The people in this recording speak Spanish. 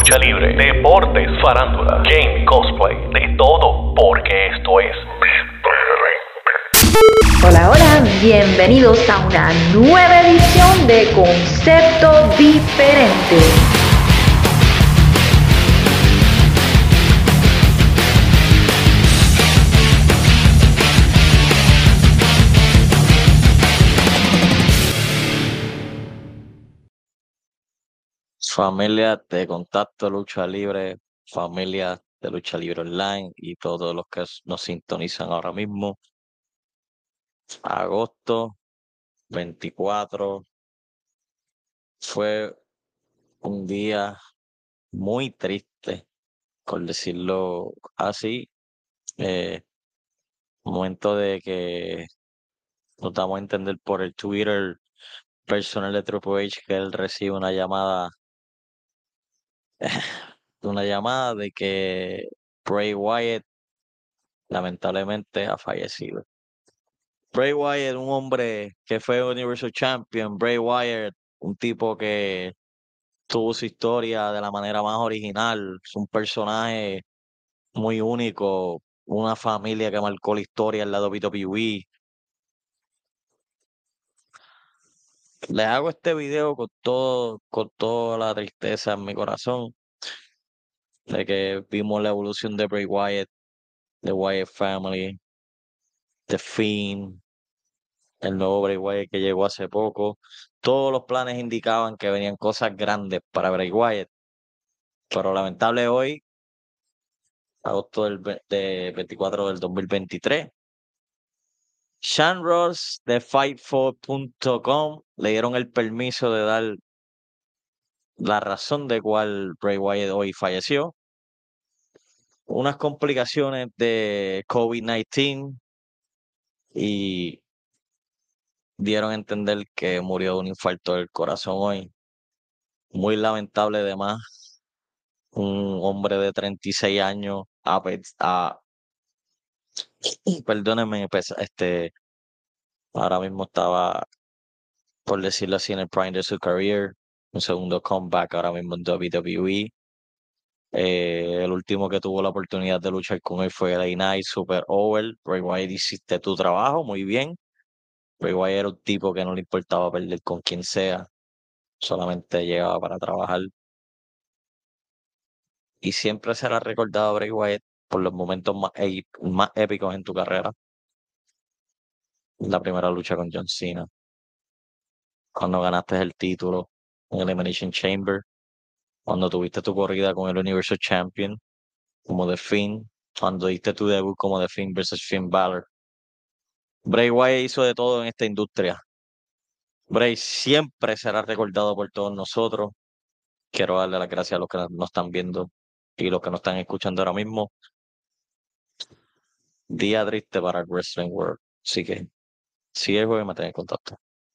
lucha libre, deportes, farándula, game, cosplay, de todo, porque esto es Hola, hola, bienvenidos a una nueva edición de Concepto Diferente. Familia de Contacto Lucha Libre, familia de Lucha Libre Online y todos los que nos sintonizan ahora mismo. Agosto 24 fue un día muy triste, por decirlo así. Momento de que nos damos a entender por el Twitter personal de Triple H que él recibe una llamada de que Bray Wyatt lamentablemente ha fallecido. Bray Wyatt, un hombre que fue Universal Champion, Bray Wyatt, un tipo que tuvo su historia de la manera más original, es un personaje muy único, una familia que marcó la historia en la WWE. Les hago este video con toda la tristeza en mi corazón, de que vimos la evolución de Bray Wyatt, de Wyatt Family, The Fiend, el nuevo Bray Wyatt que llegó hace poco. Todos los planes indicaban que venían cosas grandes para Bray Wyatt, pero lamentable hoy, agosto de 24 del 2023, Sean Ross de Fightful.com le dieron el permiso de dar la razón de cuál Bray Wyatt hoy falleció. Unas complicaciones de COVID-19 y dieron a entender que murió de un infarto del corazón hoy. Muy lamentable además, un hombre de 36 años, perdónenme, ahora mismo estaba, por decirlo así, en el prime de su career, un segundo comeback ahora mismo en WWE. El último que tuvo la oportunidad de luchar con él fue LA Knight, Super Over. Bray Wyatt, hiciste tu trabajo muy bien. Bray Wyatt era un tipo que no le importaba perder con quien sea, solamente llegaba para trabajar. Y siempre será recordado Bray Wyatt por los momentos más épicos en tu carrera. La primera lucha con John Cena, cuando ganaste el título en Elimination Chamber, cuando tuviste tu corrida con el Universal Champion como The Fiend, cuando diste tu debut como The Fiend versus Finn Balor. Bray Wyatt hizo de todo en esta industria. Bray siempre será recordado por todos nosotros. Quiero darle las gracias a los que nos están viendo y los que nos están escuchando ahora mismo. Día triste para el Wrestling World. Así que sigue el juego y mantener en contacto.